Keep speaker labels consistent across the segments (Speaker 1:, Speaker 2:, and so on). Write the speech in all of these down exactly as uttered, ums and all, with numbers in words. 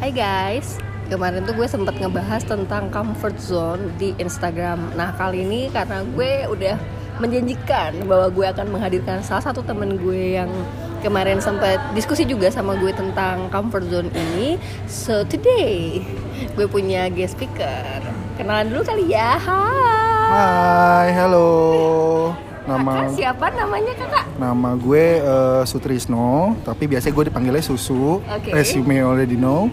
Speaker 1: Hai guys, kemarin tuh gue sempet ngebahas tentang comfort zone di Instagram. Nah kali ini karena gue udah menjanjikan bahwa gue akan menghadirkan salah satu temen gue yang kemarin sempat diskusi juga sama gue tentang comfort zone ini. So today gue punya guest speaker. Kenalan dulu kali ya. Hai.
Speaker 2: Hai, halo. Nama
Speaker 1: Kakak siapa namanya kakak?
Speaker 2: Nama gue uh, Sutrisno, tapi biasanya gue dipanggilnya Susu.
Speaker 1: Okay.
Speaker 2: As you may already know.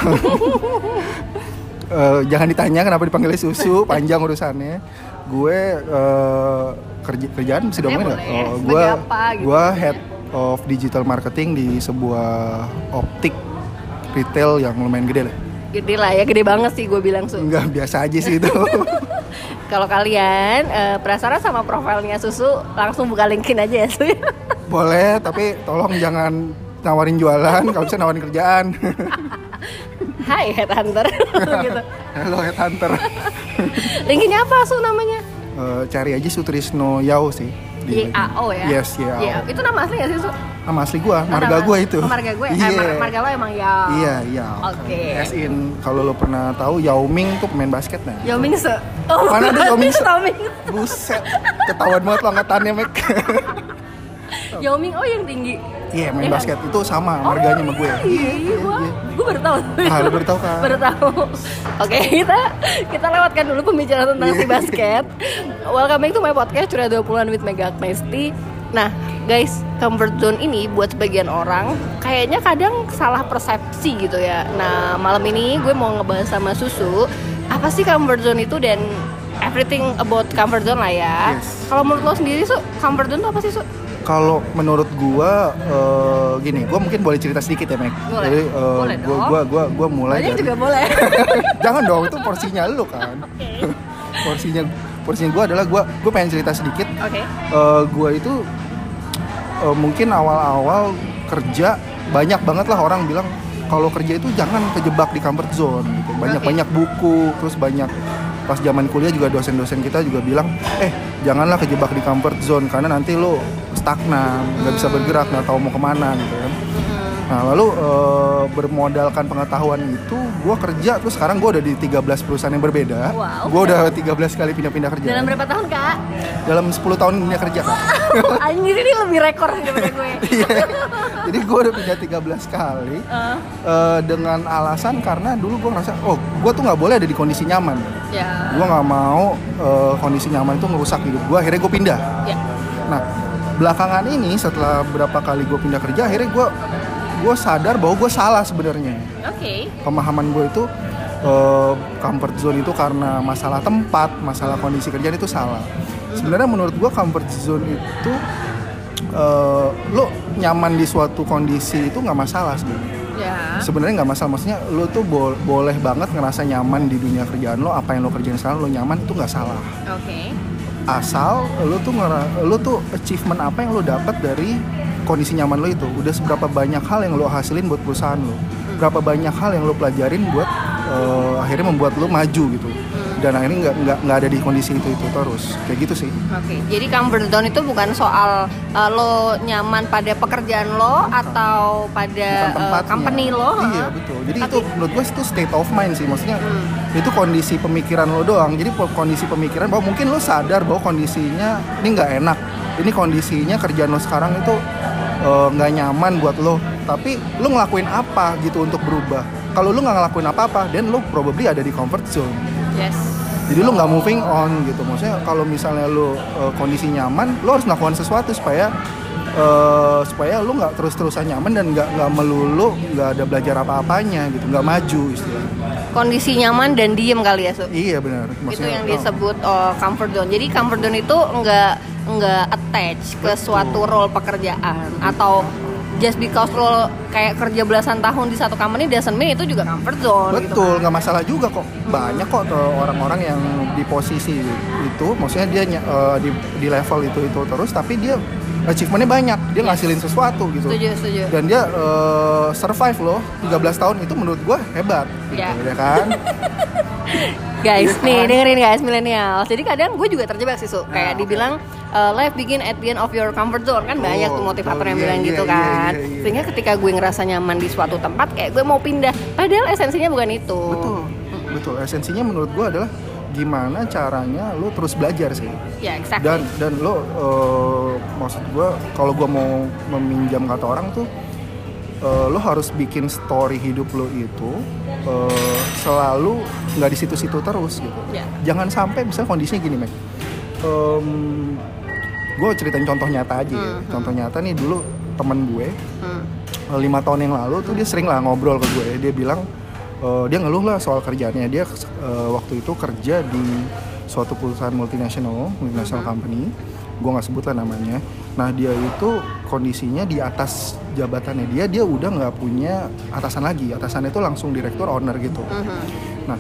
Speaker 2: uh, jangan ditanya kenapa dipanggilnya Susu, panjang urusannya. Gue uh, kerja kerjaan bisa diomongin nggak?
Speaker 1: Oh,
Speaker 2: gue
Speaker 1: apa, gitu,
Speaker 2: gue head of digital marketing di sebuah optik retail yang lumayan gede lah.
Speaker 1: Gede lah ya, gede banget sih gue bilang Su.
Speaker 2: Enggak, biasa aja sih itu.
Speaker 1: Kalau kalian uh, penasaran sama profilnya Susu, langsung buka LinkedIn aja ya Su.
Speaker 2: Boleh, tapi tolong jangan nawarin jualan, kalau bisa nawarin kerjaan.
Speaker 1: Hai headhunter gitu.
Speaker 2: Halo headhunter.
Speaker 1: LinkedIn apa Su namanya?
Speaker 2: Uh, cari aja Sutrisno Yao sih.
Speaker 1: Y A O ya?
Speaker 2: Yes, Y A O.
Speaker 1: Yeah. Itu nama asli gak sih Su?
Speaker 2: Nama asli gua, marga
Speaker 1: nama,
Speaker 2: gua itu.
Speaker 1: Oh, marga gue?
Speaker 2: Yeah.
Speaker 1: Eh, mar- marga lo emang Yao?
Speaker 2: Iya, Yao.
Speaker 1: Oke. Okay.
Speaker 2: As in, kalau lo pernah tahu Yao Ming tuh pemain basket nah.
Speaker 1: Yao Ming Se? Oh,
Speaker 2: mana ada Yao Ming Se?
Speaker 1: Yao Ming.
Speaker 2: Buset, ketahuan banget lo angkatannya, Mek.
Speaker 1: Yao Ming, oh yang tinggi?
Speaker 2: Iya, yeah, main
Speaker 1: yeah,
Speaker 2: basket itu sama marganya sama gue.
Speaker 1: Iya, iya, gue, gue baru tahu.
Speaker 2: Ah, lu baru tahu kan?
Speaker 1: Baru tahu. Oke, kita kita lewatkan dulu pembicaraan tentang si basket. Welcome back to my podcast Curhat dua puluhan with Mega Agnesti. Nah, guys, comfort zone ini buat sebagian orang kayaknya kadang salah persepsi gitu ya. Nah, malam ini gue mau ngebahas sama Susu apa sih comfort zone itu dan everything about comfort zone lah ya.
Speaker 2: Yes.
Speaker 1: Kalau menurut lo sendiri Su, comfort zone itu apa sih Su?
Speaker 2: Kalau menurut gua uh, gini, gua mungkin boleh cerita sedikit ya, Mek.
Speaker 1: Boleh.
Speaker 2: Jadi uh,
Speaker 1: Boleh
Speaker 2: gua,
Speaker 1: dong.
Speaker 2: gua gua gua mulai
Speaker 1: Banyak
Speaker 2: dari
Speaker 1: juga boleh.
Speaker 2: Jangan dong, itu porsinya lu kan.
Speaker 1: Oke.
Speaker 2: porsinya porsinya gua adalah gua gua pengen cerita sedikit.
Speaker 1: Oke. Okay.
Speaker 2: Uh, gua itu uh, mungkin awal-awal kerja banyak banget lah orang bilang kalau kerja itu jangan kejebak di comfort zone gitu. Banyak-banyak buku, terus banyak pas zaman kuliah juga dosen-dosen kita juga bilang, "Eh, janganlah kejebak di comfort zone karena nanti lo stagnan, nggak bisa bergerak, nggak tahu mau kemana gitu kan." Nah lalu e, bermodalkan pengetahuan itu, gue kerja terus sekarang gue udah di tiga belas perusahaan yang berbeda.
Speaker 1: Wow.
Speaker 2: Gue udah tiga belas kali pindah-pindah kerja.
Speaker 1: Dalam berapa tahun kak?
Speaker 2: Dalam sepuluh tahun pindah kerja kak.
Speaker 1: Anjir ini lebih rekor daripada gue.
Speaker 2: Iya. Jadi gue udah pindah tiga belas kali uh. E, dengan alasan karena dulu gue ngerasa, oh gue tuh nggak boleh ada di kondisi nyaman.
Speaker 1: Ya.
Speaker 2: Gue nggak mau e, kondisi nyaman itu ngerusak hidup gue. Akhirnya gue pindah.
Speaker 1: Ya.
Speaker 2: Nah belakangan ini setelah berapa kali gue pindah kerja, akhirnya gue gue sadar bahwa gue salah sebenarnya.
Speaker 1: Oke. Okay.
Speaker 2: Pemahaman gue itu uh, comfort zone itu karena masalah tempat, masalah kondisi kerjaan itu salah. Sebenarnya menurut gue comfort zone itu uh, lo nyaman di suatu kondisi itu nggak masalah sebenarnya.
Speaker 1: Yeah.
Speaker 2: Sebenarnya nggak masalah, maksudnya lo tuh bo- boleh banget ngerasa nyaman di dunia kerjaan lo, apa yang lo kerjain sekarang lo nyaman itu nggak salah.
Speaker 1: Oke. Okay.
Speaker 2: Asal lo tuh ngera- lo tuh achievement apa yang lo dapat dari kondisi nyaman lo itu, udah seberapa banyak hal yang lo hasilin buat perusahaan lo, hmm. berapa banyak hal yang lo pelajarin buat uh, akhirnya membuat lo maju gitu, hmm. dan akhirnya nggak nggak nggak ada di kondisi itu itu terus kayak gitu sih.
Speaker 1: Oke, okay. Jadi comfort zone itu bukan soal uh, lo nyaman pada pekerjaan lo bukan. Atau pada uh, company lo.
Speaker 2: Iya betul. Jadi
Speaker 1: Tapi,
Speaker 2: itu menurut gue itu state of mind sih, maksudnya hmm. itu kondisi pemikiran lo doang. Jadi kondisi pemikiran bahwa mungkin lo sadar bahwa kondisinya ini nggak enak, ini kondisinya kerjaan lo sekarang itu nggak uh, nyaman buat lo, tapi lo ngelakuin apa gitu untuk berubah. Kalau lo nggak ngelakuin apa-apa, then lo probably ada di comfort zone.
Speaker 1: Yes.
Speaker 2: Jadi lo nggak moving on gitu. Maksudnya kalau misalnya lo uh, kondisi nyaman, lo harus melakukan sesuatu supaya uh, supaya lo nggak terus-terusan nyaman dan nggak nggak melulu nggak ada belajar apa-apanya gitu, nggak maju istilahnya.
Speaker 1: Kondisi nyaman dan diem kali ya Su?
Speaker 2: Iya benar.
Speaker 1: Itu yang disebut oh, comfort zone. Jadi comfort zone itu nggak nggak attach ke suatu role pekerjaan atau just because lo kayak kerja belasan tahun di satu company doesn't mean itu juga comfort zone.
Speaker 2: Betul, nggak
Speaker 1: gitu kan?
Speaker 2: masalah juga kok. Banyak kok tuh orang-orang yang di posisi itu, maksudnya dia uh, di, di level itu itu terus, tapi dia achievementnya banyak, dia ngasilin sesuatu gitu.
Speaker 1: Setuju, setuju.
Speaker 2: Dan dia uh, survive loh tiga belas tahun, itu menurut gue hebat gitu,
Speaker 1: ya.
Speaker 2: ya kan.
Speaker 1: Guys,
Speaker 2: ya,
Speaker 1: nih
Speaker 2: kan?
Speaker 1: dengerin guys milenial. Jadi kadang gue juga terjebak sih, Su. Kayak
Speaker 2: Nah,
Speaker 1: dibilang uh, life begin at the end of your comfort zone. Kan banyak tuh motivator
Speaker 2: oh,
Speaker 1: yang
Speaker 2: iya,
Speaker 1: bilang
Speaker 2: iya,
Speaker 1: gitu
Speaker 2: iya,
Speaker 1: kan.
Speaker 2: iya, iya.
Speaker 1: Sehingga ketika gue ngerasa nyaman di suatu tempat, kayak gue mau pindah. Padahal esensinya bukan itu.
Speaker 2: Betul, betul. Esensinya menurut gue adalah gimana caranya lo terus belajar sih.
Speaker 1: Ya, exactly.
Speaker 2: Dan dan lo uh, maksud gue kalau gue mau meminjam kata orang tuh, uh, lo harus bikin story hidup lo itu uh, selalu nggak di situ-situ terus gitu.
Speaker 1: Ya. Jangan
Speaker 2: sampai misalnya kondisinya gini, Meg. Um, gue ceritain contoh nyata aja ya.
Speaker 1: Hmm,
Speaker 2: Contoh nyata nih, dulu temen gue
Speaker 1: Hmm.
Speaker 2: lima tahun yang lalu tuh dia sering lah ngobrol ke gue. Dia bilang uh, dia ngeluh lah soal kerjaannya. Dia uh, waktu itu kerja di suatu perusahaan multinasional, multinational
Speaker 1: Hmm.
Speaker 2: company. Gue nggak sebut lah namanya. Nah, dia itu kondisinya di atas jabatannya dia, dia udah nggak punya atasan lagi. Atasannya itu langsung direktur, owner gitu.
Speaker 1: Mhm.
Speaker 2: Nah,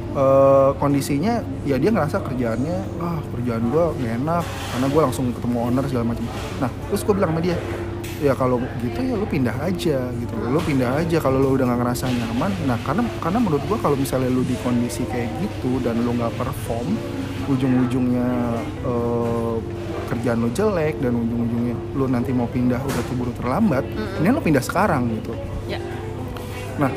Speaker 2: uh, kondisinya ya dia ngerasa kerjaannya, ah kerjaan gue nggak enak karena gue langsung ketemu owner segala macam. Nah, terus gue bilang sama dia, ya kalau gitu ya lu pindah aja gitu. Lu pindah aja kalau lu udah nggak ngerasa nyaman. Nah, karena karena menurut gue kalau misalnya lu di kondisi kayak gitu dan lu nggak perform, ujung-ujungnya uh, kerjaan lu jelek dan ujung-ujungnya lu nanti mau pindah udah keburu terlambat.
Speaker 1: Mm-mm.
Speaker 2: Ini lu pindah sekarang gitu.
Speaker 1: Ya.
Speaker 2: Nah,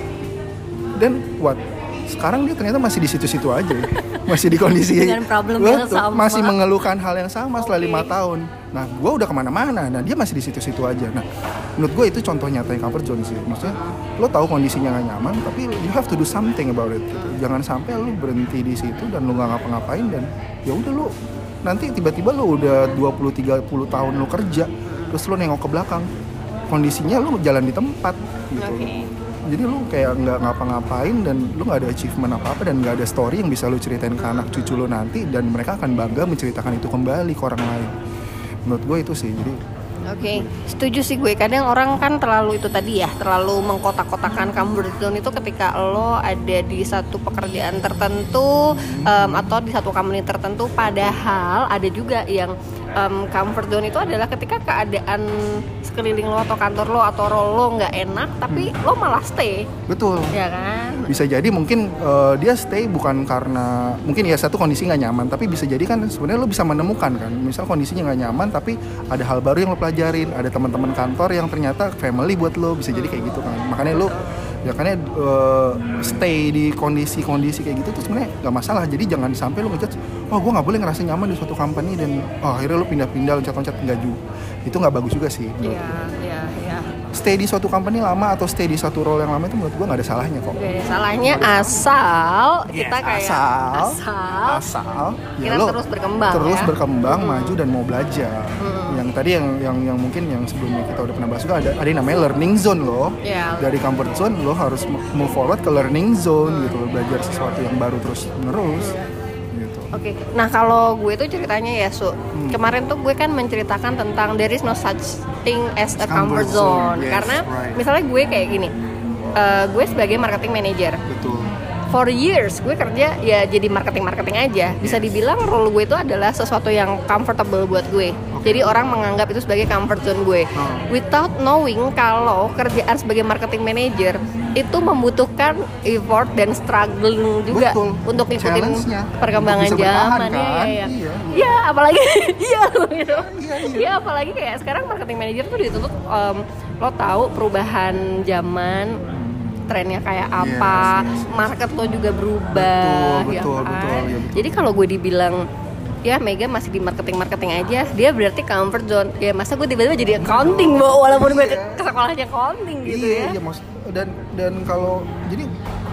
Speaker 2: dan what? Sekarang dia ternyata masih di situ-situ aja, masih di kondisi
Speaker 1: dengan problem yang
Speaker 2: betul,
Speaker 1: sama,
Speaker 2: masih mengeluhkan hal yang sama setelah
Speaker 1: okay.
Speaker 2: lima tahun. Nah, gue udah kemana-mana, nah dia masih di situ-situ aja. Nah, menurut gue itu contoh nyata yang comfort zone sih. Maksudnya, lo tahu kondisinya nggak nyaman, tapi you have to do something about it. Gitu. Jangan sampai lo berhenti di situ dan lo nggak ngapa-ngapain dan ya udah lo nanti tiba-tiba lo udah dua puluh tiga puluh tahun lo kerja, terus lo nengok ke belakang, kondisinya lo jalan di tempat gitu.
Speaker 1: Okay.
Speaker 2: Jadi lu kayak nggak ngapa-ngapain dan lu nggak ada achievement apa-apa dan nggak ada story yang bisa lu ceritain ke anak cucu lu nanti dan mereka akan bangga menceritakan itu kembali ke orang lain. Menurut gue itu sih. Jadi
Speaker 1: Oke, okay. Setuju sih gue. Kadang orang kan terlalu itu tadi ya, terlalu mengkotak-kotakan comfort zone itu ketika lo ada di satu pekerjaan tertentu um, atau di satu company tertentu. Padahal ada juga yang um, comfort zone itu adalah ketika keadaan sekeliling lo atau kantor lo atau role lo nggak enak, tapi hmm. lo malah stay.
Speaker 2: Betul.
Speaker 1: Ya kan?
Speaker 2: Bisa jadi mungkin uh, dia stay bukan karena mungkin ya satu kondisi nggak nyaman, tapi bisa jadi kan sebenarnya lo bisa menemukan kan. Misal kondisinya nggak nyaman, tapi ada hal baru yang lo pelajarin, ada teman-teman kantor yang ternyata family buat lo, bisa jadi kayak gitu kan. Makanya lo ya karena uh, stay di kondisi-kondisi kayak gitu tuh sebenarnya nggak masalah. Jadi jangan sampai lo ngejudge, oh gue nggak boleh ngerasa nyaman di suatu company dan oh, akhirnya lo pindah-pindah loncat-loncat, nggak juga. Itu nggak bagus juga sih.
Speaker 1: Iya, iya, iya.
Speaker 2: Stay di suatu company lama atau stay di satu role yang lama itu menurut gue nggak ada salahnya kok.
Speaker 1: Gak ada salahnya asal kita
Speaker 2: Yes,
Speaker 1: kayak
Speaker 2: asal
Speaker 1: asal,
Speaker 2: asal
Speaker 1: kita
Speaker 2: lo
Speaker 1: terus berkembang
Speaker 2: terus
Speaker 1: ya.
Speaker 2: berkembang
Speaker 1: Hmm.
Speaker 2: maju dan mau belajar.
Speaker 1: Hmm.
Speaker 2: Yang tadi yang yang yang mungkin yang sebelumnya kita udah pernah bahas juga ada ada yang namanya learning zone lo.
Speaker 1: Yeah.
Speaker 2: Dari comfort zone lo harus move forward ke learning zone gitu, belajar sesuatu yang baru terus menerus. Gitu.
Speaker 1: Oke, okay. Nah kalau gue tuh ceritanya ya Su,
Speaker 2: Hmm.
Speaker 1: kemarin tuh gue kan menceritakan tentang there is no such thing as a
Speaker 2: Comfort
Speaker 1: comfort zone,
Speaker 2: zone, yes,
Speaker 1: karena
Speaker 2: right.
Speaker 1: misalnya gue kayak gini, uh, gue sebagai marketing manager,
Speaker 2: Betul.
Speaker 1: for years gue kerja ya jadi marketing-marketing aja. Bisa
Speaker 2: Yes.
Speaker 1: dibilang role gue itu adalah sesuatu yang comfortable buat gue.
Speaker 2: Okay.
Speaker 1: Jadi orang menganggap itu sebagai comfort zone gue.
Speaker 2: Oh.
Speaker 1: Without knowing kalau kerjaan sebagai marketing manager itu membutuhkan effort dan struggling juga.
Speaker 2: Betul.
Speaker 1: Untuk ngikutin
Speaker 2: Challenge-nya.
Speaker 1: perkembangan
Speaker 2: Untuk bisa bertahan,
Speaker 1: zaman.
Speaker 2: kan?
Speaker 1: Ya, ya,
Speaker 2: Iya,
Speaker 1: ya.
Speaker 2: iya.
Speaker 1: Ya, apalagi iya gitu.
Speaker 2: Iya, iya.
Speaker 1: Ya, apalagi kayak sekarang marketing manager tuh dituntut um, lo tahu perubahan zaman, trennya kayak apa,
Speaker 2: Yes, yes, yes.
Speaker 1: market lo juga berubah,
Speaker 2: Betul,
Speaker 1: ya
Speaker 2: betul,
Speaker 1: kan?
Speaker 2: betul, ya betul.
Speaker 1: Jadi kalau gue dibilang ya Mega masih di marketing-marketing aja, dia berarti comfort zone. Ya masa gue tiba-tiba jadi accounting, Bo, walaupun gue ke,
Speaker 2: Iya.
Speaker 1: ke sekolahnya accounting gitu
Speaker 2: iya,
Speaker 1: ya.
Speaker 2: Iya, mas. Dan dan kalau jadi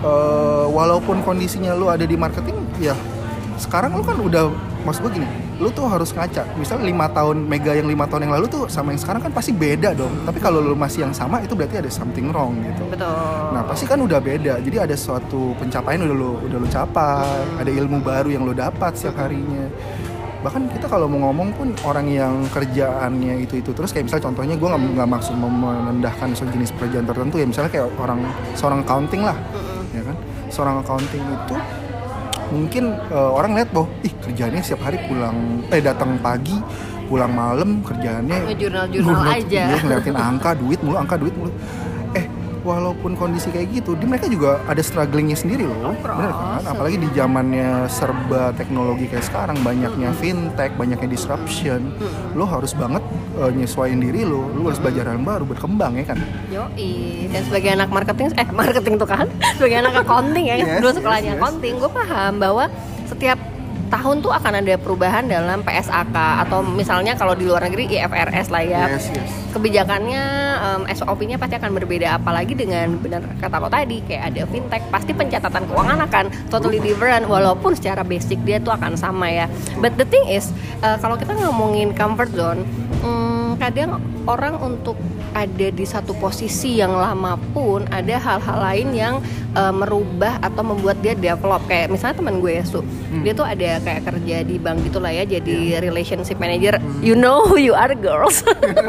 Speaker 2: uh, walaupun kondisinya lu ada di marketing, ya sekarang lu kan udah, maksud gue gini, lu tuh harus ngaca. Misal lima tahun Mega yang lima tahun yang lalu tuh sama yang sekarang kan pasti beda dong. Tapi kalau lu masih yang sama itu berarti ada something wrong gitu.
Speaker 1: Betul.
Speaker 2: Nah pasti kan udah beda. Jadi ada suatu pencapaian udah lu udah lu capai, ada ilmu baru yang lu dapat setiap harinya. Bahkan kita kalau mau ngomong pun orang yang kerjaannya itu itu terus, kayak misalnya contohnya gue nggak nggak maksud merendahkan jenis pekerjaan tertentu ya, misalnya kayak orang seorang accounting lah, ya kan, seorang accounting itu mungkin uh, orang lihat bahwa ih kerjanya setiap hari pulang eh datang pagi pulang malam kerjaannya
Speaker 1: ngejurnal-jurnal aja,
Speaker 2: dia ngeliatin angka duit mulu, angka duit mulu. Eh walaupun kondisi kayak gitu, dia mereka juga ada strugglingnya sendiri loh, bener kan? Apalagi di zamannya serba teknologi kayak sekarang, banyaknya hmm. fintech, banyaknya disruption, hmm. lo harus banget uh, nyesuaiin diri lo, lo harus belajar yang baru, berkembang ya kan?
Speaker 1: Yoi, dan sebagai anak marketing, eh marketing tuh kan, sebagai anak accounting ya, yes, dulu sekolahnya yes, yes. accounting, gue paham bahwa setiap tahun tuh akan ada perubahan dalam P S A K atau misalnya kalau di luar negeri I F R S lah ya.
Speaker 2: Yes, yes.
Speaker 1: Kebijakannya um, S O P-nya pasti akan berbeda, apalagi dengan benar kata lo tadi kayak ada fintech, pasti pencatatan keuangan akan totally different walaupun secara basic dia tuh akan sama ya. But the thing is uh, kalau kita ngomongin comfort zone, um, kadang orang untuk ada di satu posisi yang lama pun ada hal-hal lain yang uh, merubah atau membuat dia develop. Kayak misalnya teman gue Su, hmm. dia tuh ada kayak kerja di bank gitulah ya, jadi yeah. relationship manager. hmm. You know who you are girls.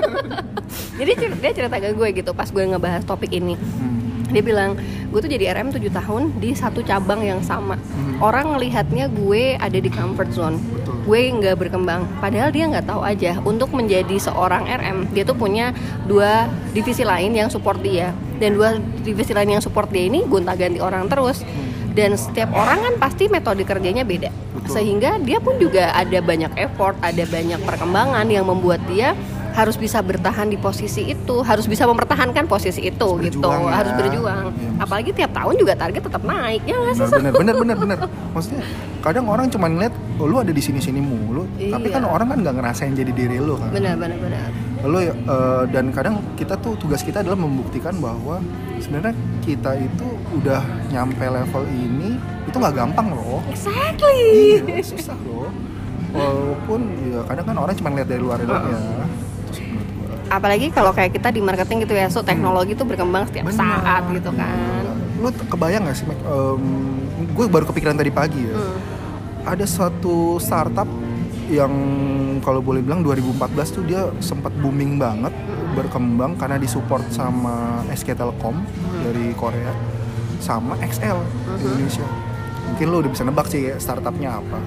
Speaker 1: Jadi dia cerita ke gue gitu pas gue ngebahas topik ini. hmm. Dia bilang, gue tuh jadi R M tujuh tahun di satu cabang yang sama. hmm. Orang ngelihatnya gue ada di comfort zone,
Speaker 2: betul.
Speaker 1: Gue nggak berkembang. Padahal dia nggak tahu aja untuk menjadi seorang R M dia tuh punya dua divisi lain yang support dia, dan dua divisi lain yang support dia ini gonta-ganti orang terus. hmm. Dan setiap orang kan pasti metode kerjanya beda. Betul. Sehingga dia pun juga ada banyak effort, ada banyak perkembangan yang membuat dia harus bisa bertahan di posisi itu, harus bisa mempertahankan posisi itu gitu, ya. Harus berjuang. Ya, apalagi tiap tahun juga target tetap naik, ya nggak sih?
Speaker 2: Bener, bener, bener, bener. Maksudnya kadang orang cuma ngeliat, oh, lu ada di sini-sini mulu, iya. Tapi kan orang kan nggak ngerasain jadi diri lu kan.
Speaker 1: Bener, bener, bener.
Speaker 2: Lalu uh, dan kadang kita tuh tugas kita adalah membuktikan bahwa sebenarnya kita itu udah nyampe level ini, itu nggak gampang loh.
Speaker 1: Exactly.
Speaker 2: Iya, susah loh. Walaupun ya kadang kan orang cuma ngeliat dari luar doang ya.
Speaker 1: Apalagi kalau kayak kita di marketing gitu ya, so teknologi tuh berkembang setiap Bener. saat gitu kan.
Speaker 2: Lu kebayang gak sih, um, gue baru kepikiran tadi pagi ya. Hmm. Ada suatu startup yang kalau boleh bilang dua ribu empat belas tuh dia sempat booming banget, hmm. berkembang karena disupport sama S K Telkom hmm. dari Korea sama X L hmm. di Indonesia. Mungkin lu udah bisa nebak sih ya, startupnya apa.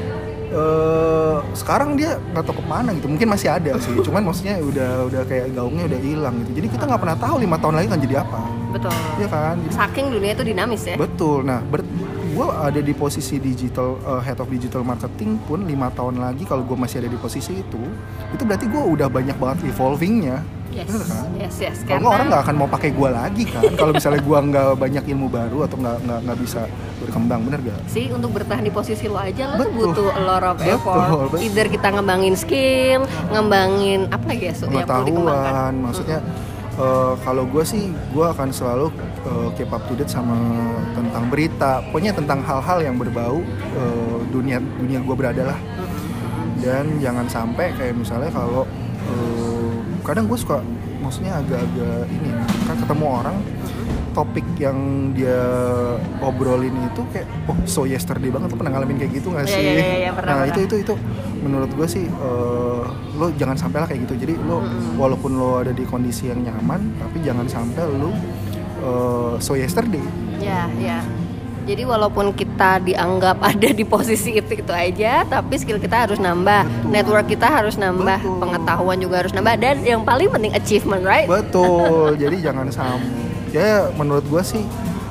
Speaker 2: Uh, sekarang dia nggak tahu kemana gitu, mungkin masih ada sih, cuman maksudnya udah udah kayak gaungnya udah hilang gitu, jadi kita nggak pernah tahu lima tahun lagi kan jadi apa.
Speaker 1: Betul.
Speaker 2: Iya kan.
Speaker 1: Saking dunia itu dinamis ya.
Speaker 2: Betul. Nah, ber- gue ada di posisi digital uh, head of digital marketing pun lima tahun lagi kalau gue masih ada di posisi itu, itu berarti gue udah banyak banget evolvingnya.
Speaker 1: Yes,
Speaker 2: bener kan?
Speaker 1: yes, yes.
Speaker 2: Kalau nggak orang nggak akan mau pakai gue lagi kan. Kalau misalnya gue nggak banyak ilmu baru atau nggak nggak nggak bisa berkembang, bener gak?
Speaker 1: Sih, untuk bertahan di posisi lo aja lo
Speaker 2: betul.
Speaker 1: tuh butuh a lot of effort. Betul, betul. Either kita ngembangin skill, ngembangin apa lagi ya, so, yang perlu dikembangkan.
Speaker 2: Maksudnya mm-hmm. uh, kalau gue sih gue akan selalu uh, keep up to date sama tentang berita, pokoknya tentang hal-hal yang berbau uh, dunia dunia gue berada lah. Mm-hmm. Dan jangan sampai kayak misalnya kalau uh, kadang gue suka, maksudnya agak-agak ini kan ketemu orang topik yang dia obrolin itu kayak oh so yesterday banget, lo pernah ngalamin kayak gitu nggak sih?
Speaker 1: Ya, ya, ya, ya, pernah,
Speaker 2: nah
Speaker 1: pernah.
Speaker 2: itu itu itu menurut gue sih uh, lo jangan sampai lah kayak gitu. Jadi lo mm-hmm. walaupun lo ada di kondisi yang nyaman, tapi jangan sampai lo uh, so yesterday.
Speaker 1: Ya ya. Jadi walaupun kita dianggap ada di posisi itu itu aja, tapi skill kita harus nambah, betul. Network kita harus nambah, betul. Pengetahuan juga harus nambah, dan yang paling penting achievement, right?
Speaker 2: Betul. Jadi jangan sampai. Ya menurut gue sih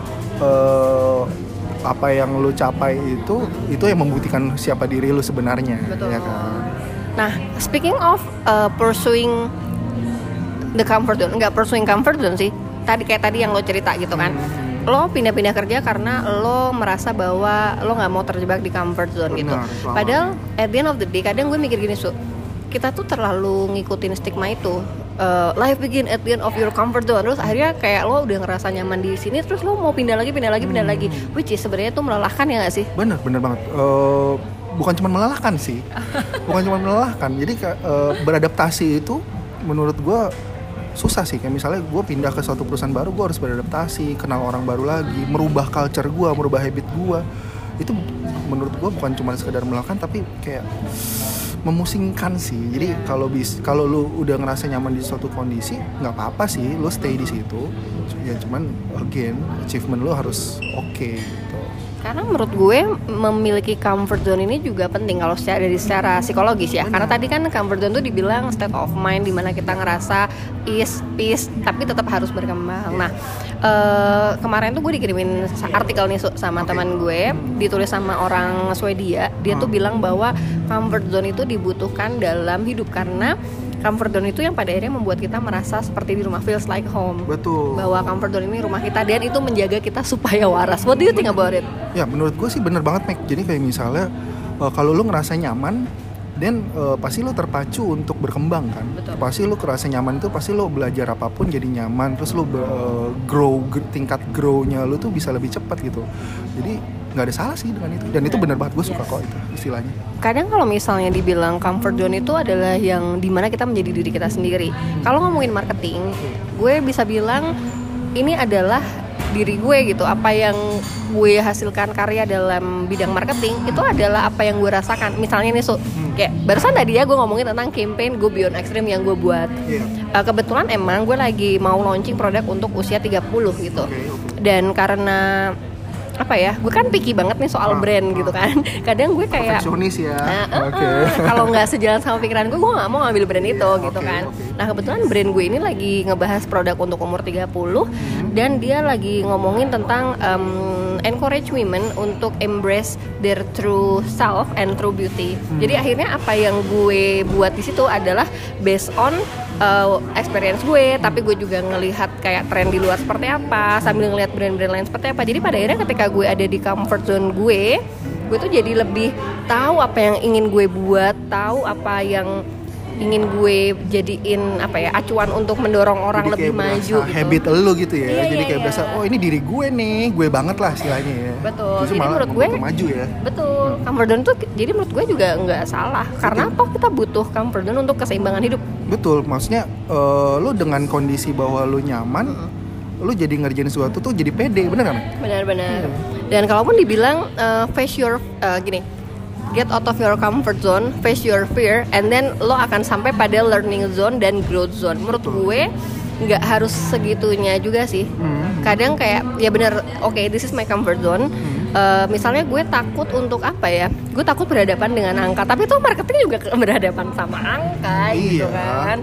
Speaker 2: uh, apa yang lu capai itu itu yang membuktikan siapa diri lu sebenarnya. Betul. Ya kan.
Speaker 1: Nah, speaking of uh, pursuing the comfort zone, enggak pursuing comfort zone sih. Tadi kayak tadi yang lo cerita gitu kan. Hmm. Lo pindah-pindah kerja karena lo merasa bahwa lo nggak mau terjebak di comfort zone. Benar, gitu. Sama. Padahal at the end of the day kadang gue mikir gini, Su, kita tuh terlalu ngikutin stigma itu. Uh, life begin at the end of your comfort zone. Terus akhirnya kayak lo udah ngerasa nyaman di sini, terus lo mau pindah lagi, pindah lagi, pindah hmm. lagi. Which is sebenarnya tuh melelahkan ya nggak sih?
Speaker 2: Bener, bener banget. Uh, bukan cuma melelahkan sih, bukan cuma melelahkan. Jadi uh, beradaptasi itu menurut gue susah sih. Kayak misalnya gue pindah ke suatu perusahaan baru, gue harus beradaptasi, kenal orang baru lagi, merubah culture gue, merubah habit gue. Itu menurut gue bukan cuma sekedar melelahkan, tapi kayak memusingkan sih. Jadi kalau bis kalau lu udah ngerasa nyaman di suatu kondisi, nggak apa-apa sih, lu stay di situ. Ya cuman again achievement lu harus oke okay, gitu.
Speaker 1: Karena menurut gue memiliki comfort zone ini juga penting kalau secara dari secara psikologis ya. Karena tadi kan comfort zone tuh dibilang state of mind dimana kita ngerasa is peace tapi tetap harus berkembang. Nah uh, kemarin tuh gue dikirimin artikel nih sama okay. teman gue, ditulis sama orang Swedia. Dia hmm. tuh bilang bahwa comfort zone itu dibutuhkan dalam hidup karena comfort zone itu yang pada akhirnya membuat kita merasa seperti di rumah, feels like home.
Speaker 2: Betul.
Speaker 1: Bahwa comfort zone ini rumah kita dan itu menjaga kita supaya waras. What do you think about it?
Speaker 2: Ya menurut gue sih bener banget, Meg. Jadi kayak misalnya uh, kalau lu ngerasa nyaman, dan uh, pasti lo terpacu untuk berkembang kan.
Speaker 1: Betul.
Speaker 2: Pasti lo kerasa nyaman itu pasti lo belajar apapun jadi nyaman. Terus lo uh, grow, tingkat grow-nya lo tuh bisa lebih cepat gitu. Jadi nggak ada salah sih dengan itu, dan itu benar banget, gue suka yes. kok itu istilahnya.
Speaker 1: Kadang kalau misalnya dibilang comfort zone itu adalah yang dimana kita menjadi diri kita sendiri. Kalau ngomongin marketing, gue bisa bilang ini adalah diri gue gitu. Apa yang gue hasilkan karya dalam bidang marketing itu adalah apa yang gue rasakan. Misalnya nih, so, hmm. kayak barusan tadi ya gue ngomongin tentang campaign Go Beyond Extreme yang gue buat. Yeah. Uh, kebetulan emang gue lagi mau launching produk untuk usia tiga puluh gitu. Okay, okay. Dan karena apa ya, gue kan picky banget nih soal ah, brand ah. gitu kan. Kadang gue kayak
Speaker 2: perfeksionis ya.
Speaker 1: Uh, uh, okay. uh, kalau nggak sejalan sama pikiran gue, gue nggak mau ngambil brand itu yeah, gitu okay, kan. Okay. Nah kebetulan brand gue ini lagi ngebahas produk untuk umur tiga puluh hmm. dan dia lagi ngomongin tentang um, encourage women untuk embrace their true self and true beauty. Hmm. Jadi akhirnya apa yang gue buat di situ adalah based on Uh, experience gue, tapi gue juga ngelihat kayak tren di luar seperti apa, sambil ngelihat brand-brand lain seperti apa. Jadi pada akhirnya ketika gue ada di comfort zone gue, gue tuh jadi lebih tahu apa yang ingin gue buat, tahu apa yang ingin gue jadiin apa ya acuan untuk mendorong orang jadi lebih maju gitu.
Speaker 2: Habit lo gitu ya.
Speaker 1: Iya,
Speaker 2: jadi
Speaker 1: iya,
Speaker 2: kayak
Speaker 1: iya.
Speaker 2: berasa oh ini diri gue nih, gue banget lah istilahnya ya.
Speaker 1: Betul.
Speaker 2: Terus
Speaker 1: jadi menurut gue
Speaker 2: maju ya.
Speaker 1: Betul. Hmm. Comfort zone tuh jadi menurut gue juga nggak salah. Karena apa kita butuh comfort zone untuk keseimbangan hidup.
Speaker 2: Betul. Maksudnya uh, lo dengan kondisi bahwa lo nyaman, hmm. lo jadi ngerjain sesuatu tuh jadi pede, bener kan?
Speaker 1: Benar-benar. Hmm. Dan kalaupun dibilang uh, face your uh, gini. Get out of your comfort zone, face your fear, and then lo akan sampai pada learning zone dan growth zone. Menurut gue nggak harus segitunya juga sih. Hmm. Kadang kayak ya benar, oke, okay, this is my comfort zone. Hmm. Uh, misalnya gue takut untuk apa ya? Gue takut berhadapan dengan angka, tapi tuh marketing juga berhadapan sama angka, iya. gitu kan.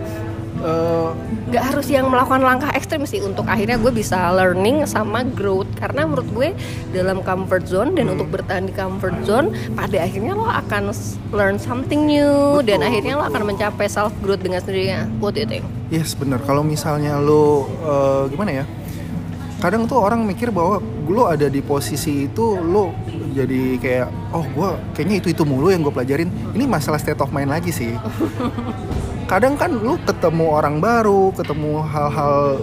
Speaker 1: Uh, nggak harus yang melakukan langkah ekstrim sih untuk akhirnya gue bisa learning sama growth, karena menurut gue dalam comfort zone dan hmm. untuk bertahan di comfort zone pada akhirnya lo akan learn something new. Betul, dan akhirnya betul. Lo akan mencapai self growth dengan sendirinya. What do you think?
Speaker 2: Yes, benar. Kalau misalnya lo uh, gimana ya, kadang tuh orang mikir bahwa lo ada di posisi itu, lo jadi kayak oh gue kayaknya itu itu mulu yang gue pelajarin. Ini masalah state of mind lagi sih. Kadang kan lu ketemu orang baru, ketemu hal-hal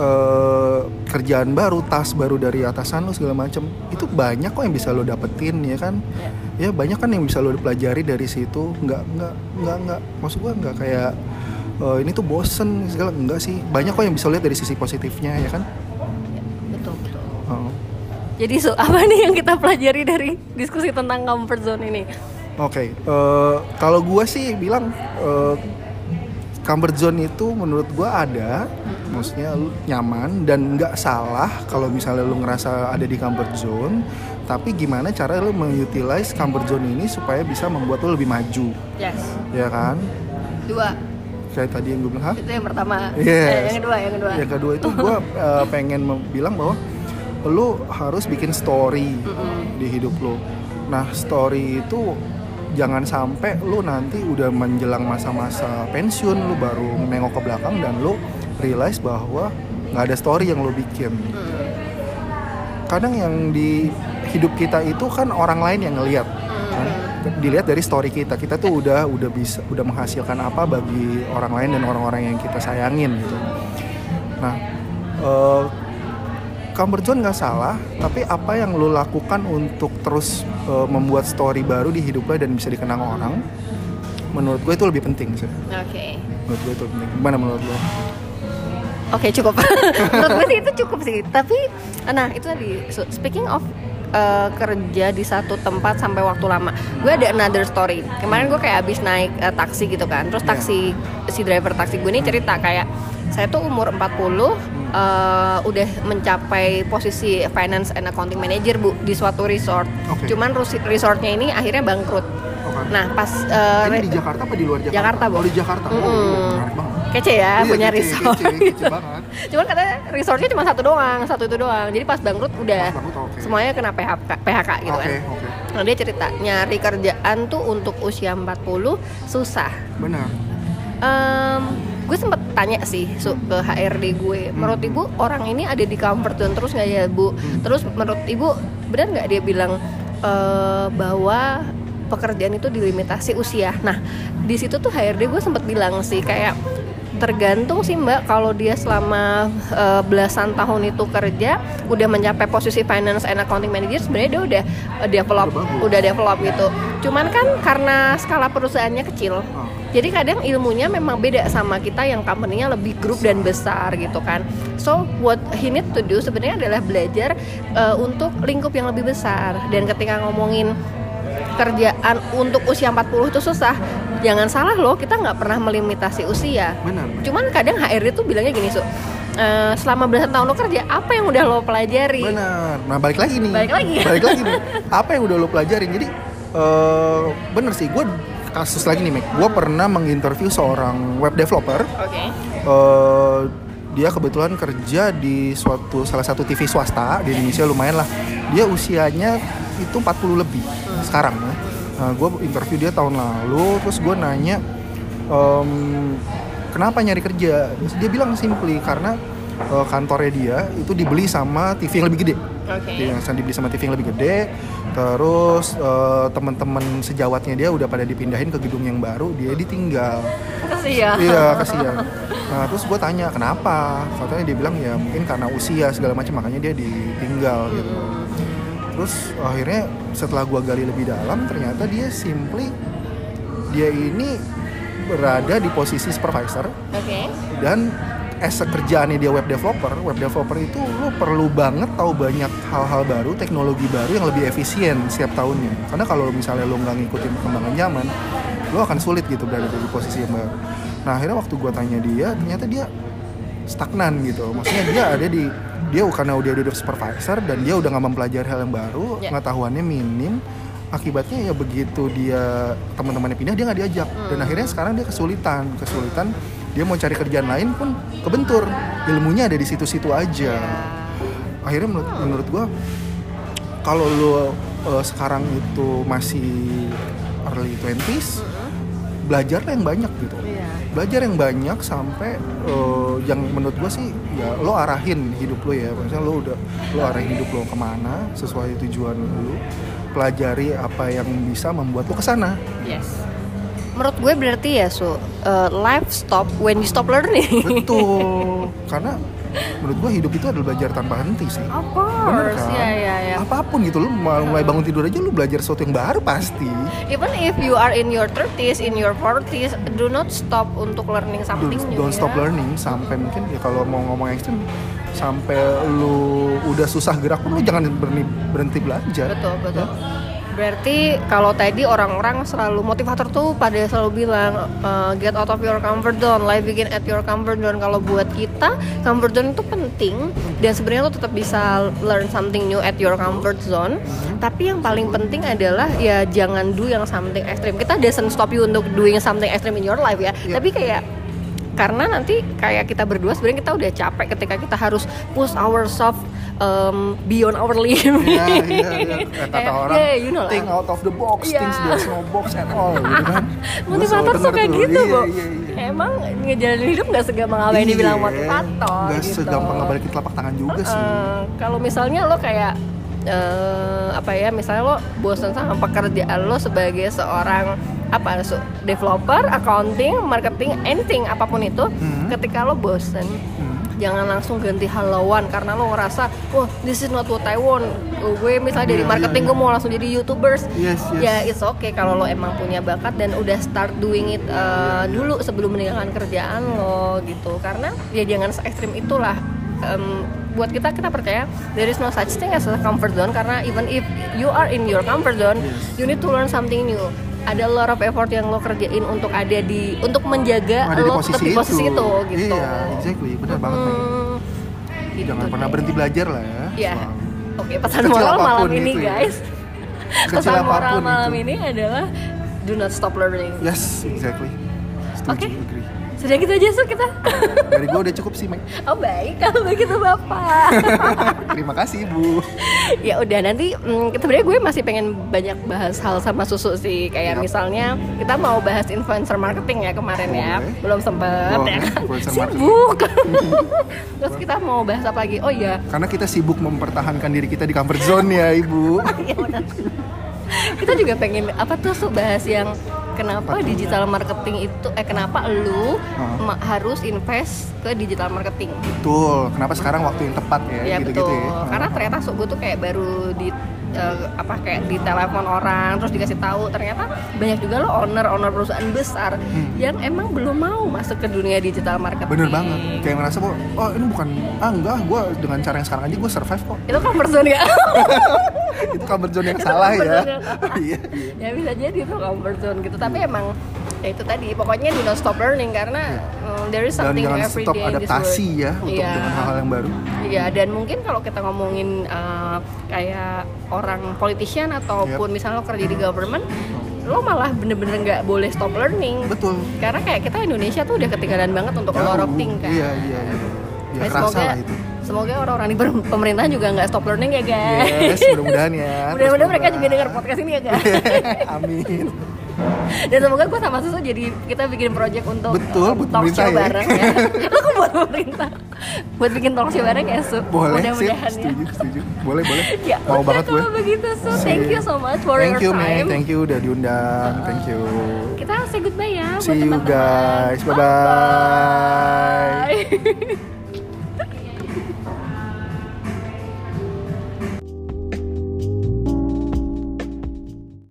Speaker 2: uh, kerjaan baru, tas baru dari atasan lu segala macem. Itu banyak kok yang bisa lu dapetin ya kan? Ya, ya banyak kan yang bisa lu pelajari dari situ. Nggak nggak nggak nggak maksud gua nggak kayak uh, ini tuh bosen segala, enggak sih. Banyak kok yang bisa lihat dari sisi positifnya ya kan?
Speaker 1: Ya, betul betul.
Speaker 2: Oh.
Speaker 1: Jadi so, apa nih yang kita pelajari dari diskusi tentang comfort zone ini?
Speaker 2: Oke, okay, uh, kalau gua sih bilang uh, comfort zone itu menurut gue ada, mm-hmm. maksudnya lu nyaman dan nggak salah kalau misalnya lu ngerasa ada di comfort zone. Tapi gimana cara lu mengutilize comfort zone ini supaya bisa membuat lu lebih maju? Yes. Ya kan?
Speaker 1: Dua.
Speaker 2: Kayak tadi yang gue bilang, ha?
Speaker 1: Itu yang pertama.
Speaker 2: Yes.
Speaker 1: Eh, yang kedua, yang kedua.
Speaker 2: Yang kedua itu gue uh, pengen bilang bahwa lu harus bikin story mm-hmm. di hidup lu. Nah, story itu jangan sampai lu nanti udah menjelang masa-masa pensiun lu baru nengok ke belakang dan lu realize bahwa nggak ada story yang lu bikin. Kadang yang di hidup kita itu kan orang lain yang ngelihat, kan? Dilihat dari story kita. Kita tuh udah udah bisa udah menghasilkan apa bagi orang lain dan orang-orang yang kita sayangin gitu. Nah, uh, comfort zone nggak salah, tapi apa yang lo lakukan untuk terus uh, membuat story baru di hidup lo dan bisa dikenang orang, menurut gue itu lebih penting sih. Oke.
Speaker 1: Okay.
Speaker 2: Menurut gue itu penting. Gimana menurut lo?
Speaker 1: Oke, okay, cukup. Menurut gue sih itu cukup sih. Tapi, nah itu tadi. So, speaking of uh, kerja di satu tempat sampai waktu lama, gue ada another story. Kemarin gue kayak abis naik uh, taksi gitu kan. Terus taksi yeah. si driver taksi gue ini cerita kayak saya tuh umur empat puluh uh, udah mencapai posisi finance and accounting manager Bu di suatu resort.
Speaker 2: Okay.
Speaker 1: Cuman resortnya ini akhirnya bangkrut. Okay. Nah pas uh,
Speaker 2: ini di Jakarta apa di luar Jakarta?
Speaker 1: Jakarta Bu.
Speaker 2: Oh di Jakarta. Oh,
Speaker 1: mm-hmm.
Speaker 2: iya, menarik banget.
Speaker 1: Kece ya,
Speaker 2: iya,
Speaker 1: punya
Speaker 2: kece,
Speaker 1: resort.
Speaker 2: Kece, kece banget.
Speaker 1: Cuman katanya resortnya cuma satu doang, satu itu doang. Jadi pas bangkrut udah
Speaker 2: pas bangkrut, okay.
Speaker 1: semuanya kena P H K, P H K gitu
Speaker 2: okay,
Speaker 1: kan.
Speaker 2: Okay.
Speaker 1: Nah dia cerita nyari kerjaan tuh untuk usia empat puluh susah.
Speaker 2: Benar.
Speaker 1: Um, gue sempet tanya sih su, ke H R D gue, menurut
Speaker 2: hmm.
Speaker 1: ibu orang ini ada di comfort zone terus nggak ya Bu? Hmm. Terus menurut ibu benar nggak dia bilang uh, bahwa pekerjaan itu dilimitasi usia? Nah di situ tuh H R D gue sempet bilang sih kayak tergantung sih Mbak, kalau dia selama uh, belasan tahun itu kerja udah mencapai posisi finance and accounting manager sebenarnya dia udah uh, develop udah, udah develop gitu. Cuman kan karena skala perusahaannya kecil. Oh. Jadi kadang ilmunya memang beda sama kita yang company-nya lebih grup dan besar gitu kan. So what he need to do sebenarnya adalah belajar uh, untuk lingkup yang lebih besar. Dan ketika ngomongin kerjaan untuk usia empat puluh itu susah, jangan salah loh, kita nggak pernah melimitasi usia.
Speaker 2: Benar.
Speaker 1: Cuman kadang H R D tuh bilangnya gini Su, uh, selama belasan tahun lo kerja, apa yang udah lo pelajari?
Speaker 2: Benar. Nah balik lagi nih.
Speaker 1: Balik lagi.
Speaker 2: Balik lagi nih. Apa yang udah lo pelajarin? Jadi uh, bener sih, gue kasus lagi nih Mek. Gue pernah menginterview seorang web developer. Oke. Okay. Uh, dia kebetulan kerja di suatu salah satu T V swasta di Indonesia, lumayan lah. Dia usianya itu empat puluh lebih hmm. sekarang ya. Nah, gue interview dia tahun lalu, terus gue nanya um, kenapa nyari kerja. Terus dia bilang simply karena uh, kantornya dia itu dibeli sama T V yang lebih gede. Oke. Okay. Dibeli sama T V yang lebih gede. Terus uh, teman-teman sejawatnya dia udah pada dipindahin ke gedung yang baru, dia ditinggal.
Speaker 1: Kasian.
Speaker 2: Iya, kasian. Nah, terus gue tanya kenapa? Katanya dia bilang ya mungkin karena usia segala macam makanya dia ditinggal gitu. Terus akhirnya setelah gue gali lebih dalam, ternyata dia simply dia ini berada di posisi supervisor. Oke. Okay. Dan as kerjaannya dia web developer, web developer itu lo perlu banget tahu banyak hal-hal baru, teknologi baru yang lebih efisien setiap tahunnya. Karena kalau misalnya lo nggak ngikutin perkembangan zaman, lo akan sulit gitu berada di posisi yang baru. Nah akhirnya waktu gue tanya dia, ternyata dia stagnan gitu. Maksudnya dia ada di dia karena udah ada supervisor dan dia udah nggak mempelajari hal yang baru, yeah. pengetahuannya minim. Akibatnya ya begitu dia teman-temannya pindah dia nggak diajak hmm. dan akhirnya sekarang dia kesulitan, kesulitan. Dia mau cari kerjaan lain pun kebentur, ilmunya ada di situ-situ aja. Yeah. Akhirnya menurut, menurut gue kalau lo uh, sekarang itu masih early twenties, mm-hmm. belajarlah yang banyak gitu. Yeah. Belajar yang banyak sampai uh, yang menurut gue sih ya lo arahin hidup lo ya. Maksudnya lo udah lo arahin hidup lo kemana sesuai tujuan lo. Pelajari apa yang bisa membuat lo kesana.
Speaker 1: Yes. Menurut gue berarti ya Su, uh, life stop when you stop learning.
Speaker 2: Betul. Karena menurut gue hidup itu adalah belajar tanpa henti sih.
Speaker 1: Of course.
Speaker 2: Bener kan?
Speaker 1: Ya, ya, ya.
Speaker 2: Apapun gitu, lu mulai bangun tidur aja lu belajar sesuatu yang baru pasti.
Speaker 1: Even if you are in your thirties, in your forties, do not stop untuk learning something
Speaker 2: don't,
Speaker 1: new.
Speaker 2: Don't
Speaker 1: ya?
Speaker 2: stop learning sampai mungkin ya kalau mau ngomong ekstrim sampai lu udah susah gerak pun lu jangan berhenti berhenti belajar.
Speaker 1: Betul, betul. Ya? Berarti kalau tadi orang-orang selalu motivator tuh pada selalu bilang uh, get out of your comfort zone, life begin at your comfort zone. Kalau buat kita comfort zone itu penting dan sebenarnya lo tetap bisa learn something new at your comfort zone. Mm-hmm. Tapi yang paling penting adalah ya jangan do yang something extreme. Kita doesn't stop you untuk doing something extreme in your life ya. Yeah. Tapi kayak karena nanti kayak kita berdua sebenarnya kita udah capek ketika kita harus push ourselves um, beyond our limit.
Speaker 2: Iya, iya, iya. Kata orang,
Speaker 1: yeah, you know
Speaker 2: think
Speaker 1: lah.
Speaker 2: out of the box,
Speaker 1: yeah.
Speaker 2: things there's no box at all, gitu kan.
Speaker 1: Motivator suka kayak gitu,
Speaker 2: iya,
Speaker 1: Bu.
Speaker 2: Iya, iya.
Speaker 1: Emang ngejalanin hidup gak segampang apa yang
Speaker 2: iya,
Speaker 1: dibilang motivator
Speaker 2: gak
Speaker 1: gitu.
Speaker 2: segampang ngebalikin telapak tangan juga uh, sih.
Speaker 1: Kalau misalnya lo kayak uh, apa ya, misalnya lo bosan sama pekerjaan lo sebagai seorang apa so, developer, accounting, marketing, anything apapun itu, hmm. ketika lo bosen, hmm. jangan langsung ganti halauan karena lo ngerasa, oh this is not what I want. Gue misalnya dari marketing gue mau langsung jadi YouTubers,
Speaker 2: yes, yes.
Speaker 1: ya it's okay kalau lo emang punya bakat dan udah start doing it uh, dulu sebelum meninggalkan kerjaan lo gitu. Karena ya jangan se-ekstrim itulah. Um, buat kita kita percaya there is no such thing as a comfort zone karena even if you are in your comfort zone, yes. you need to learn something new. Ada a lot of effort yang lo kerjain untuk ada di untuk menjaga
Speaker 2: ada
Speaker 1: lo
Speaker 2: di
Speaker 1: tetap di posisi itu, itu gitu.
Speaker 2: Iya, exactly, benar hmm. banget.
Speaker 1: Gitu
Speaker 2: Jangan pernah
Speaker 1: deh.
Speaker 2: berhenti belajar lah ya.
Speaker 1: Iya.
Speaker 2: Selalu.
Speaker 1: Oke, pesan
Speaker 2: Sekecil
Speaker 1: moral malam
Speaker 2: apapun
Speaker 1: ini
Speaker 2: itu ya.
Speaker 1: guys.
Speaker 2: Sekecil
Speaker 1: Pesan moral
Speaker 2: apapun
Speaker 1: malam
Speaker 2: itu.
Speaker 1: ini adalah do not stop learning.
Speaker 2: Yes, exactly. Setuju,
Speaker 1: Oke.
Speaker 2: agree.
Speaker 1: Sudah gitu aja so kita.
Speaker 2: Dari gue udah cukup sih, Mike.
Speaker 1: Oh baik, kalau begitu Bapak.
Speaker 2: Terima kasih, Bu.
Speaker 1: Ya udah nanti mm, sebenarnya gue masih pengen banyak bahas hal sama susu sih. Kayak
Speaker 2: Yap.
Speaker 1: misalnya kita mau bahas influencer marketing ya kemarin ya.
Speaker 2: Boleh.
Speaker 1: Belum sempet
Speaker 2: Boleh,
Speaker 1: ya kan.
Speaker 2: influencer
Speaker 1: Sibuk. Terus kita mau bahas apa lagi? Oh iya.
Speaker 2: Karena kita sibuk mempertahankan diri kita di comfort zone ya, Ibu.
Speaker 1: Iya benar. Kita juga pengen apa tuh so, bahas yang kenapa
Speaker 2: Apa tuh?
Speaker 1: digital marketing itu eh kenapa lu
Speaker 2: Hah?
Speaker 1: ma- harus invest ke digital marketing.
Speaker 2: Betul. Kenapa sekarang waktu yang tepat ya,
Speaker 1: Ya
Speaker 2: gitu-gitu
Speaker 1: betul.
Speaker 2: ya.
Speaker 1: Karena ternyata so, gue tuh kayak baru di eh, apa kayak di telepon orang terus dikasih tahu ternyata banyak juga loh owner-owner perusahaan besar
Speaker 2: Hmm.
Speaker 1: yang emang belum mau masuk ke dunia digital marketing.
Speaker 2: Bener banget. Kayak ngerasa bahwa oh ini bukan ah enggak, gue dengan cara yang sekarang aja gue survive kok.
Speaker 1: Itu comfort zone ya.
Speaker 2: Itu comfort zone yang salah
Speaker 1: Comfort
Speaker 2: ya.
Speaker 1: zone yang salah.
Speaker 2: Iya. iya.
Speaker 1: Ya bisa jadi itu comfort zone gitu. Tapi emang ya itu tadi pokoknya do not stop learning karena um, there is
Speaker 2: Dan
Speaker 1: something
Speaker 2: jangan
Speaker 1: every
Speaker 2: stop
Speaker 1: day in this
Speaker 2: adaptasi
Speaker 1: world.
Speaker 2: ya untuk
Speaker 1: Iya.
Speaker 2: dengan hal-hal yang baru.
Speaker 1: Iya, dan mungkin kalau kita ngomongin uh, kayak orang politician ataupun misalnya lo kerja di government, lo malah bener-bener nggak boleh stop learning.
Speaker 2: Betul.
Speaker 1: Karena kayak kita Indonesia tuh udah ketinggalan banget untuk a lot of
Speaker 2: Jauh.
Speaker 1: thing kan.
Speaker 2: Iya, iya, iya. Ya
Speaker 1: Nah,
Speaker 2: kerasa
Speaker 1: semoga,
Speaker 2: lah itu.
Speaker 1: semoga orang-orang di per- pemerintahan juga nggak stop learning ya guys.
Speaker 2: Yes, mudah-mudahan ya.
Speaker 1: Mudah-mudahan
Speaker 2: Terus
Speaker 1: mereka juga
Speaker 2: berubah.
Speaker 1: dengar podcast ini ya guys.
Speaker 2: Amin.
Speaker 1: Dan semoga gue sama Susu jadi kita bikin project untuk
Speaker 2: Betul, buat
Speaker 1: talk show
Speaker 2: pemerintah ya.
Speaker 1: bareng ya. Aku buat pemerintah. Buat bikin talk show bareng ya Su.
Speaker 2: Boleh, sip.
Speaker 1: Mudah-mudahan ya.
Speaker 2: Setuju, setuju. Boleh, boleh.
Speaker 1: Ya,
Speaker 2: Mau
Speaker 1: udah
Speaker 2: banget gue.
Speaker 1: kalau begitu Su. Thank you so much for
Speaker 2: Thank you,
Speaker 1: your
Speaker 2: May.
Speaker 1: time.
Speaker 2: Thank you udah diundang. Thank you.
Speaker 1: Kita say goodbye ya buat
Speaker 2: See you
Speaker 1: teman-teman.
Speaker 2: guys. Bye-bye.
Speaker 1: Bye.